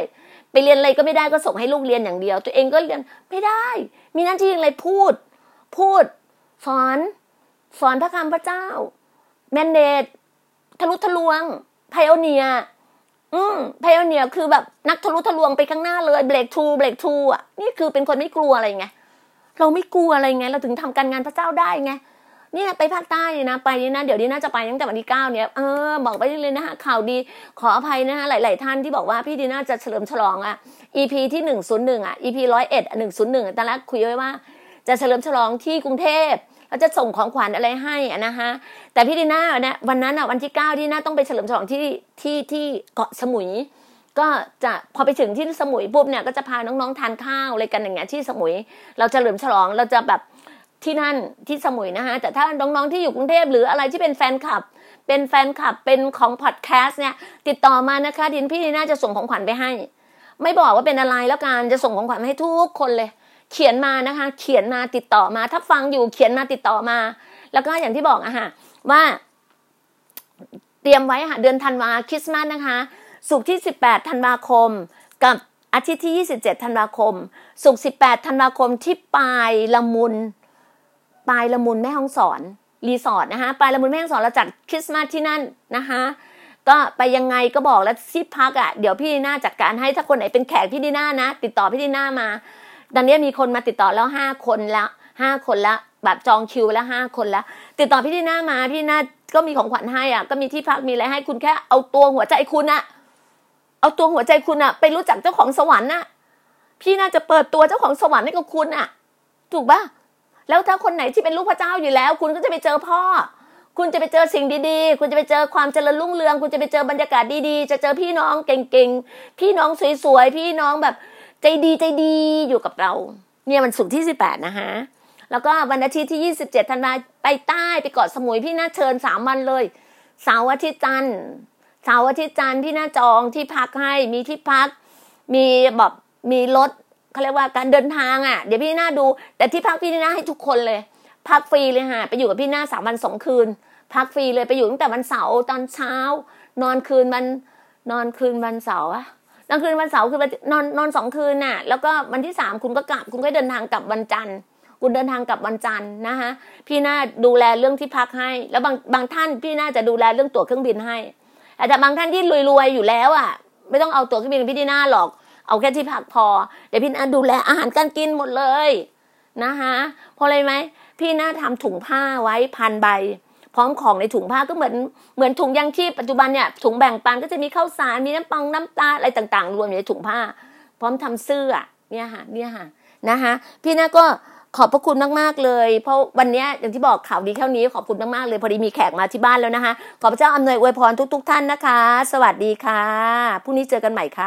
ไปเรียนอะไรก็ไม่ได้ก็ส่งให้ลูกเรียนอย่างเดียวตัวเองก็เรียนไม่ได้มีหน้าที่อะไรพูดสอนพระคำพระเจ้าแมนเดตทะลุทะลวงไพโอเนียไพโอเนียคือแบบนักทะลุทะลวงไปข้างหน้าเลยเบรกทูอ่ะนี่คือเป็นคนไม่กลัวอะไรไงเราไม่กลัวอะไรไงเราถึงทำการงานพระเจ้าได้ไงเนี่ยไปภาคใต้นะไปนะเดี๋ยวนี้น่าจะไปตั้งแต่วันที่9เนี่ยบอกไปเลยนะคะข่าวดีขออภัยนะคะหลายๆท่านที่บอกว่าพี่ดีน่าจะเฉลิมฉลองอ่ะ EP ที่101อ่ะ EP 101 101ตอนแรกคุยไว้ว่าจะเฉลิมฉลองที่กรุงเทพแล้วจะส่งของขวัญอะไรให้อ่ะนะคะแต่พี่ดีน่าเนี่ยวันนั้นอ่ะวันที่9ที่น่าต้องไปเฉลิมฉลองที่เกาะสมุยก็จะพอไปถึงที่สมุยปุ๊บเนี่ยก็จะพาน้องๆทานข้าวอะไรกันอย่างเงี้ยที่สมุยเราเฉลิมฉลองเราจะแบบที่นั่นที่สมุยนะคะแต่ถ้าน้องๆที่อยู่กรุงเทพหรืออะไรที่เป็นแฟนคลับเป็นของพอดแคสต์เนี่ยติดต่อมานะคะพี่ดีน่าจะส่งของขวัญไปให้ไม่บอกว่าเป็นอะไรแล้วกันจะส่งของขวัญให้ทุกคนเลยเขียนมานะคะเขียนมาติดต่อมาถ้าฟังอยู่เขียนมาติดต่อมาแล้วก็อย่างที่บอกอะค่ะว่าเตรียมไว้ค่ะเดือนธันวาคริสต์มาสนะคะศุกร์ที่18ธันวาคมกับอาทิตย์ที่27ธันวาคมศุกร์18ธันวาคมที่ปายละมุนแม่ฮ่องสอนรีสอร์ทนะคะปายละมุนแม่ฮ่องสอนเราจัดคริสต์มาสที่นั่นนะคะก็ไปยังไงก็บอกแล้วที่พักอ่ะเดี๋ยวพี่ดีน่าจัดการให้ถ้าคนไหนเป็นแขกพี่ดีน่านะติดต่อพี่ดีน่ามาตอนนี้มีคนมาติดต่อแล้ว5 คนแล้วแบบจองคิวแล้ว5 คนแล้วติดต่อพี่ดีน่ามาพี่น่าก็มีของขวัญให้อ่ะก็มีที่พักมีอะไรให้คุณแค่เอาตัวหัวใจคุณอ่ะไปรู้จักเจ้าของสวรรค์น่ะพี่น่าจะเปิดตัวเจ้าของสวรรค์ให้กับคุณอ่ะถูกป่ะแล้วถ้าคนไหนที่เป็นลูกพระเจ้าอยู่แล้วคุณก็จะไปเจอพ่อคุณจะไปเจอสิ่งดีๆคุณจะไปเจอความเจริญรุ่งเรืองคุณจะไปเจอบรรยากาศดีๆจะเจอพี่น้องเก่งๆพี่น้องสวยๆพี่น้องแบบใจดีอยู่กับเราเนี่ยวันศุกร์ที่18นะคะแล้วก็วันอาทิตย์ที่27ธันวาคมไปใต้ไปเกาะสมุยพี่น่าเชิญ3 วันเลยเสาร์อาทิตย์จันทร์พี่น่าจองที่พักให้มีที่พักมีแบบมีรถเขาเรียกว่าการเดินทางอ่ะเดี๋ยวพี่น่าดูแต่ที่พักพี่น่าให้ทุกคนเลยพักฟรีเลยค่ะไปอยู่กับพี่น่า3 วัน 2 คืนพักฟรีเลยไปอยู่ตั้งแต่วันเสาร์ตอนเช้านอนคืนวันเสาร์อะนอนคืนวันเสาร์คือนอน2 คืนน่ะแล้วก็วันที่3คุณก็กลับคุณก็เดินทางกลับวันจันทร์คุณเดินทางกลับวันจันทร์นะคะพี่น่าดูแลเรื่องที่พักให้แล้วบางท่านพี่น่าจะดูแลเรื่องตั๋วเครื่องบินให้แต่บางท่านที่รวยๆอยู่แล้วอ่ะไม่ต้องเอาตั๋วเครื่องบินพี่น่าหรอกเอาแค่ที่พักพอเดี๋ยวพี่น่าดูแลอาหารการกินหมดเลยนะคะเพราะอะไรไหมพี่น่าทำถุงผ้าไว้1,000 ใบพร้อมของในถุงผ้าก็เหมือนถุงยางชีพปัจจุบันเนี่ยถุงแบ่งปันก็จะมีข้าวสารมีน้ำตาลอะไรต่างๆรวมอยู่ในถุงผ้าพร้อมทำเสื้อเนี่ยค่ะนะคะพี่น่าก็ขอบพระคุณมากๆเลยเพราะวันนี้อย่างที่บอกข่าวดีแค่นี้ขอบคุณมากๆเลยพอดีมีแขกมาที่บ้านแล้วนะคะขอพระเจ้าอำนวยอวยพรทุกๆท่านนะคะสวัสดีค่ะพรุ่งนี้เจอกันใหม่ค่ะ